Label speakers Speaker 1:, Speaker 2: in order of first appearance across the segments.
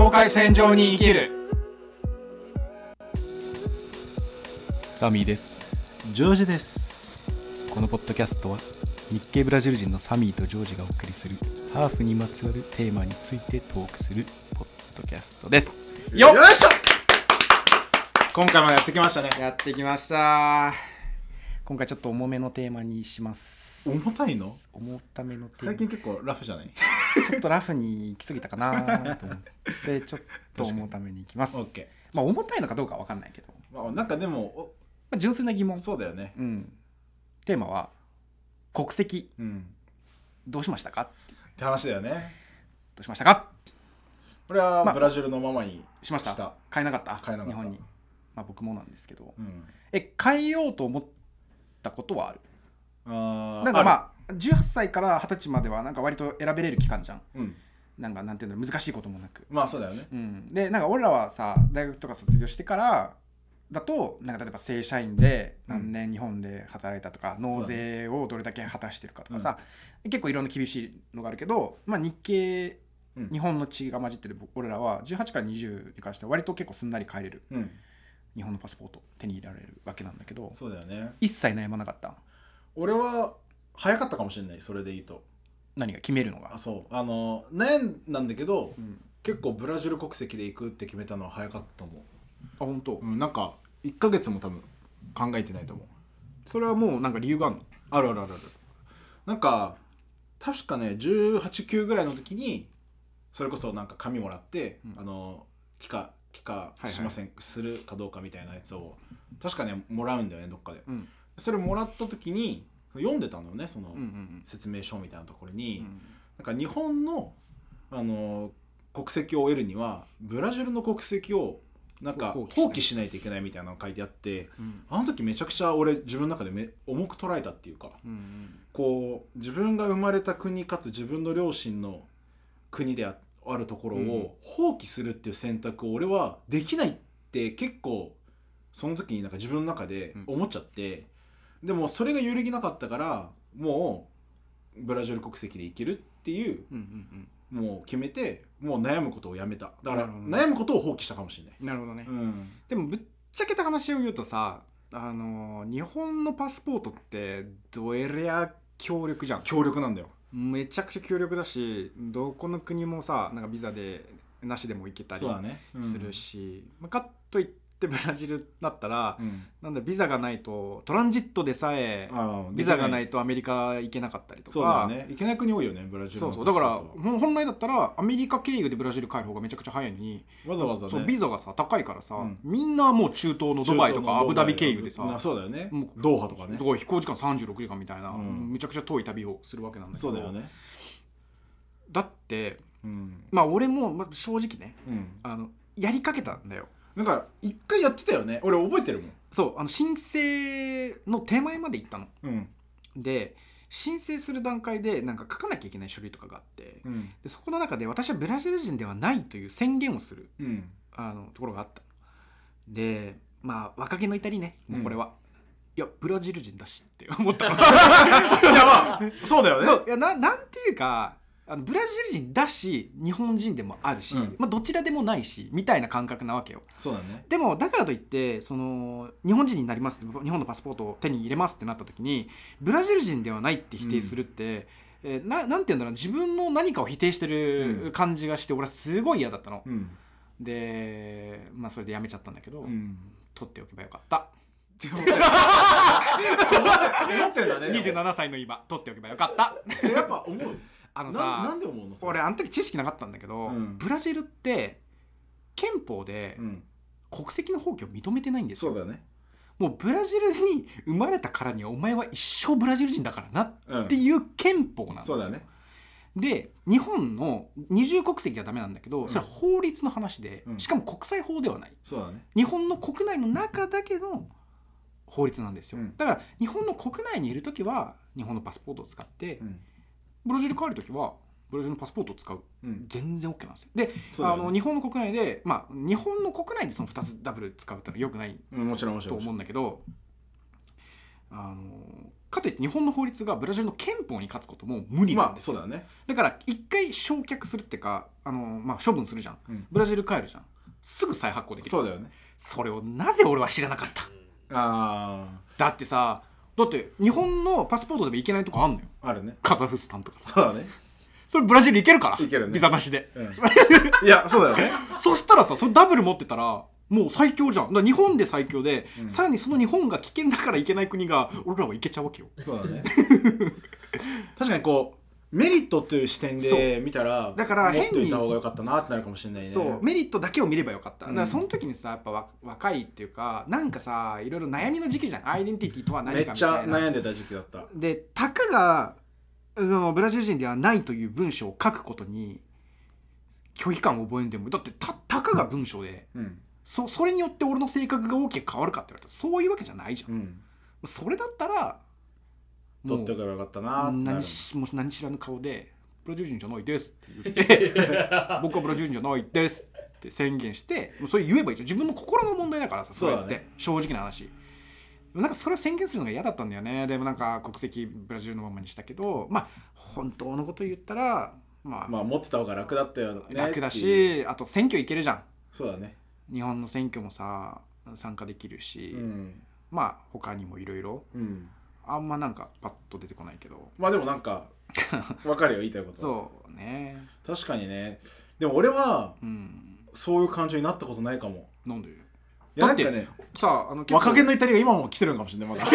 Speaker 1: 境界線上に生きる。サミーです。
Speaker 2: ジョージです。
Speaker 1: このポッドキャストは日系ブラジル人のサミーとジョージがお送りするハーフにまつわるテーマについてトークするポッドキャストです。
Speaker 2: よいしょ。今回もやってきましたね。
Speaker 1: やってきました。今回ちょっと重めのテーマにします。
Speaker 2: 重たいの？
Speaker 1: 重ためのテーマ。
Speaker 2: 最近結構ラフじゃない？
Speaker 1: ちょっとラフに行き過ぎたかなと思ってちょっと重ために行きます。
Speaker 2: オッケー。
Speaker 1: まあ重たいのかどうかわかんないけど、
Speaker 2: まあ、なんかでも
Speaker 1: まあ、純粋な疑問。
Speaker 2: そうだよね。
Speaker 1: うん。テーマは国籍、どうしましたか
Speaker 2: って話だよね。
Speaker 1: どうしましたか？
Speaker 2: 俺はブラジルのままに
Speaker 1: しました。変えなかった？
Speaker 2: 変えなかった。
Speaker 1: 日本に。まあ僕もなんですけど、
Speaker 2: うん、
Speaker 1: 変えようと思ったことはある？
Speaker 2: なん
Speaker 1: かまあ18歳から20歳まではなんか割と選べれる期間じゃん。
Speaker 2: うん、
Speaker 1: なんていうの、難しいこともなく。
Speaker 2: まあそうだよね。
Speaker 1: うん、でなんか俺らはさ、大学とか卒業してからだとなんか例えば正社員で何年日本で働いたとか、納税をどれだけ果たしてるかとかさ、結構いろんな厳しいのがあるけど、まあ日系、日本の血が混じってる俺らは18から20に関しては割と結構すんなり帰れる、日本のパスポート手に入れられるわけなんだけど。
Speaker 2: そうだよね。
Speaker 1: 一切悩まなかった？
Speaker 2: 俺は早かったかもしれない。それでいいと。
Speaker 1: 何が決めるのが？
Speaker 2: そう悩んだんだけど、結構ブラジル国籍で行くって決めたのは早かったと思う。
Speaker 1: あ、本当？
Speaker 2: なんか1ヶ月も多分考えてないと思う。
Speaker 1: それはもうなんか理由があるの？
Speaker 2: ある。なんか確かね18、9ぐらいの時にそれこそなんか紙もらって、帰化しません、するかどうかみたいなやつを確かねもらうんだよね、どっかで。それもらった時に読んでたのよね、その説明書みたいなところに、なんか日本の国籍を得るにはブラジルの国籍をなんか放棄しないといけないみたいなのが書いてあって、あの時めちゃくちゃ俺自分の中で重く捉えたっていうか、こう自分が生まれた国かつ自分の両親の国であるところを放棄するっていう選択を俺はできないって結構その時になんか自分の中で思っちゃって、でもそれが揺るぎなかったからもうブラジル国籍で生きるっていう、もう決めて、もう悩むことをやめた。だから悩むことを放棄したかもしれない。
Speaker 1: なるほどね。でもぶっちゃけた話を言うとさ、日本のパスポートってどえりゃ強力じゃん。
Speaker 2: 強力なんだよ。
Speaker 1: めちゃくちゃ強力だし、どこの国もさ、なんかビザでなしでも行けたりするし、かといってブラジルだったら、なんだビザがないとトランジットでさえビザがないとアメリカ行けなかったりとか。
Speaker 2: そうだね、行けない国多いよね、ブラジルの。
Speaker 1: そうだから本来だったらアメリカ経由でブラジル帰る方がめちゃくちゃ早いのに、
Speaker 2: わざわざね、
Speaker 1: そうビザがさ高いからさ、みんなもう中東のドバイとかアブダビ経由でさ、
Speaker 2: そうだよね、ドーハとかね、
Speaker 1: すごい飛行時間36時間みたいな、めちゃくちゃ遠い旅をするわけなんだけど。
Speaker 2: そうだよね。
Speaker 1: だって、まあ俺も正直ね、やりかけたんだよ。
Speaker 2: なんか一回やってたよね、俺覚えてるもん。
Speaker 1: そう申請の手前まで行ったの、で申請する段階でなんか書かなきゃいけない書類とかがあって、でそこの中で私はブラジル人ではないという宣言をする、ところがあった。でまあ若気の至りね、もうこれは、いやブラジル人だしって思ったの。いや
Speaker 2: まあそうだよね。
Speaker 1: そういやなんていうか、ブラジル人だし日本人でもあるし、どちらでもないしみたいな感覚なわけよ。
Speaker 2: そうだね。
Speaker 1: でもだからといってその日本人になりますって、日本のパスポートを手に入れますってなった時にブラジル人ではないって否定するって、なんていうんだろう、自分の何かを否定してる感じがして、俺はすごい嫌だったの、でまあそれでやめちゃったんだけど、取っておけばよかった思ってんだね。27歳の今取っておけばよかった。
Speaker 2: やっぱ思う。
Speaker 1: なんで思うの？俺あの時知識なかったんだけど、ブラジルって憲法で国籍の放棄を認めてないんですよ。
Speaker 2: そうだね。
Speaker 1: もうブラジルに生まれたからにはお前は一生ブラジル人だからなっていう憲法なんですよ。
Speaker 2: そうだね。
Speaker 1: で日本の二重国籍はダメなんだけど、それは法律の話で、しかも国際法ではない。
Speaker 2: そうだね。
Speaker 1: 日本の国内の中だけの法律なんですよ。だから日本の国内にいるときは日本のパスポートを使って、ブラジル帰るときはブラジルのパスポートを使う、全然 OK なんですよ。で、日本の国内で日本の国内でその2つダブル使うってのは良くないと思うんだけど、 かといって日本の法律がブラジルの憲法に勝つことも無理なんですよ、
Speaker 2: まあそうだね。
Speaker 1: だから一回焼却するってか処分するじゃん、ブラジル帰るじゃん、すぐ再発行できる。
Speaker 2: そうだよね。
Speaker 1: それをなぜ俺は知らなかった。だってさ、だって日本のパスポートでも行けないとこあんのよ。
Speaker 2: あるね。
Speaker 1: カザフスタンとかさ。
Speaker 2: そうだね。
Speaker 1: それブラジル行けるから。
Speaker 2: 行けるね。
Speaker 1: ビザなしで。
Speaker 2: いやそうだよね。
Speaker 1: そしたらさ、それダブル持ってたらもう最強じゃん。だから日本で最強で、さらにその日本が危険だから行けない国が俺らは行けちゃうわけよ。
Speaker 2: そうだね。確かにこうメリットという視点で見たら、
Speaker 1: だから
Speaker 2: 持っといた方が良かったなってなるかもしれないね。
Speaker 1: そうメリットだけを見ればよかった。だからその時にさ、やっぱ若いっていうか、なんかさ、いろいろ悩みの時期じゃん。アイデンティティとは何かみたいな。
Speaker 2: めっちゃ悩んでた時期だった。
Speaker 1: で、たかがそのブラジル人ではないという文章を書くことに拒否感を覚えんでも、だってたかが文章で、それによって俺の性格が大きく変わるかって言われたらそういうわけじゃないじゃん、それだったら
Speaker 2: 取っておけばよかったなってなる。
Speaker 1: 何知らぬ顔でブラジル人じゃないですって言って僕はブラジル人じゃないですって宣言して、それ言えばいいじゃん。自分の心の問題だからさ、そうやって、正直な話。なんかそれを宣言するのが嫌だったんだよね。でもなんか国籍ブラジルのままにしたけど、まあ本当のこと言ったらまあ
Speaker 2: 持ってた方が楽だったよね。
Speaker 1: 楽だし、あと選挙行けるじゃん。
Speaker 2: そうだね。
Speaker 1: 日本の選挙もさ参加できるし、まあ他にもいろいろあんまなんかパッと出てこないけど、
Speaker 2: まあでもなんか分かるよ言いたいこと。
Speaker 1: そうね。
Speaker 2: 確かにね。でも俺は、そういう感情になったことないかも。
Speaker 1: なんで？
Speaker 2: だってね、
Speaker 1: さ
Speaker 2: 若気の至りが今も来てるのかもしれない。まだ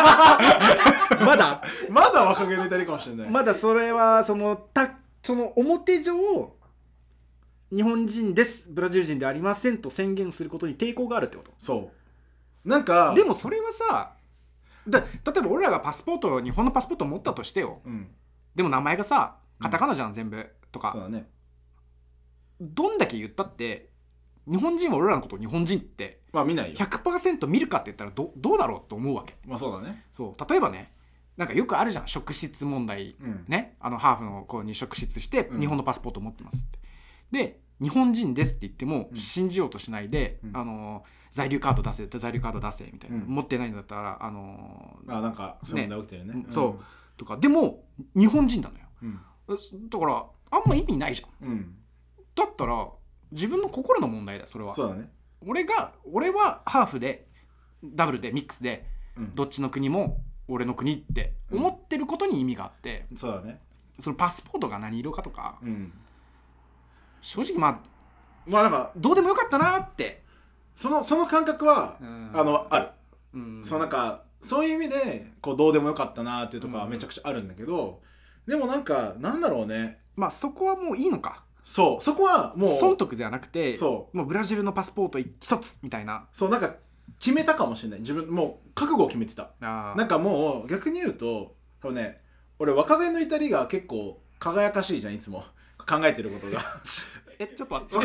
Speaker 2: まだ若気の至りかもしれない。
Speaker 1: まだそれはその表上日本人ですブラジル人でありませんと宣言することに抵抗があるってこと。
Speaker 2: そうなんか
Speaker 1: でもそれはさ、例えば俺らが日本のパスポートを持ったとしてよ、でも名前がさカタカナじゃん、全部とか。
Speaker 2: そうだね。
Speaker 1: どんだけ言ったって日本人は俺らのことを日本人って
Speaker 2: 見ないよ。
Speaker 1: 100% 見るかって言ったらどうだろうと思うわけ。
Speaker 2: そうだね。
Speaker 1: そう例えばね、なんかよくあるじゃん、職質問題、ね、ハーフの子に職質して日本のパスポート持ってますって、で日本人ですって言っても信じようとしないで、在留カード出せみたいな、持ってないんだったら
Speaker 2: なんかそういう問題起きてるね。
Speaker 1: そうとか。でも日本人なのよ、だからあんま意味ないじゃん、だったら自分の心の問題だそれは。
Speaker 2: そうだね。
Speaker 1: 俺はハーフでダブルでミックスで、どっちの国も俺の国って思ってることに意味があって、
Speaker 2: そうだね。
Speaker 1: そのパスポートが何色かとか、正直
Speaker 2: なんか
Speaker 1: どうでもよかったなって、
Speaker 2: その感覚は、ある、なんかそういう意味でこうどうでもよかったなっていうところはめちゃくちゃあるんだけど、でもなんかなんだろうね、
Speaker 1: そこはもういいのか。
Speaker 2: そこはもう
Speaker 1: 損得ではなくて、
Speaker 2: も
Speaker 1: うブラジルのパスポート一つみたいな。
Speaker 2: なんか決めたかもしれない。自分もう覚悟を決めてた。なんかもう逆に言うと多分ね、俺若気の至りが結構輝かしいじゃん、いつも考えてることが。
Speaker 1: ちょっと待って。ちょっ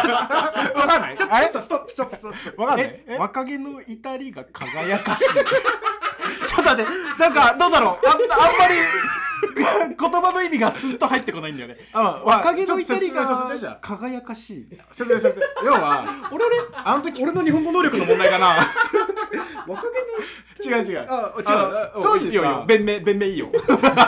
Speaker 1: とストップ。わかんない。若気の至りが輝かしい。ちょっと待って、なんかどうだろう。あんまり言葉の意味がスッと入ってこないんだよね。若気の至りが輝かしい。
Speaker 2: 説明。要はあの時
Speaker 1: 俺の日本語能力の問題かな。若
Speaker 2: 気の違う。
Speaker 1: 当時さ、弁明いいよ。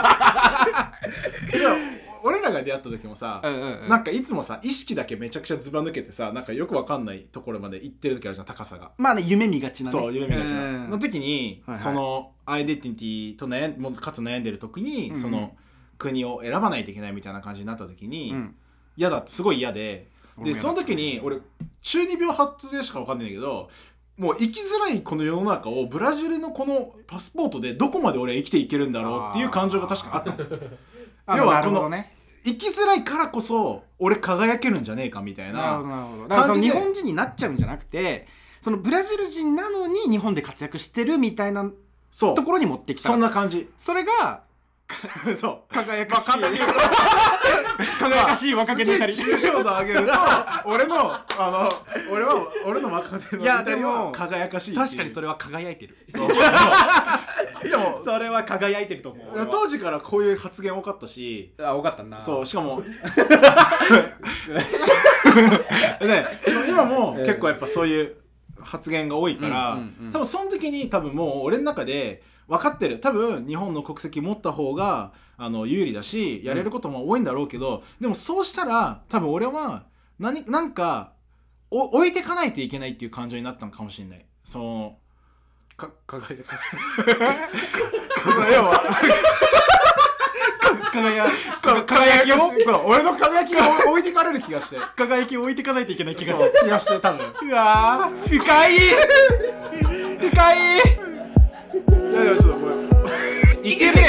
Speaker 2: 俺らが出会った時もさ、なんかいつもさ意識だけめちゃくちゃずば抜けてさ、なんかよくわかんないところまで行ってる時あるじゃん、高さが。
Speaker 1: 夢見がちなね。
Speaker 2: そう夢見がちなの時に、そのアイデンティティとかつ悩んでる時に、その国を選ばないといけないみたいな感じになった時に、すごい嫌で、その時に俺中二病発でしかわかんないんだけど、もう生きづらいこの世の中をブラジルのこのパスポートでどこまで俺は生きていけるんだろうっていう感情が確かあったの。要はこの生きづらいからこそ俺輝けるんじゃねえかみたいな。
Speaker 1: だからその日本人になっちゃうんじゃなくて、そのブラジル人なのに日本で活躍してるみたいなところに持ってきた。
Speaker 2: そんな感じ。
Speaker 1: それが輝かしい輝かしい若気の至り。
Speaker 2: 抽象度上げると俺の若気の至りは輝かしい。
Speaker 1: 確かにそれは輝いてる。
Speaker 2: でも
Speaker 1: それは輝いてると思う。
Speaker 2: 当時からこういう発言多かったし。
Speaker 1: 多かったな。
Speaker 2: そう、しかも今も結構やっぱそういう発言が多いから、多分その時にもう俺の中で分かってる、多分日本の国籍持った方が有利だしやれることも多いんだろうけど、でもそうしたら多分俺はなんか置いてかないといけないっていう感情になったのかもしれない。その
Speaker 1: 輝かし
Speaker 2: 要は
Speaker 1: 輝きを
Speaker 2: そう俺の輝きが置いてかれる気がして
Speaker 1: 輝きを置いてかないといけない気がして
Speaker 2: 多分
Speaker 1: うわー深い深い。
Speaker 2: いやでもちょっとこれいける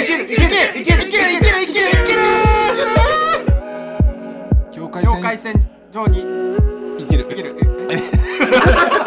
Speaker 1: 境界線上に
Speaker 2: いける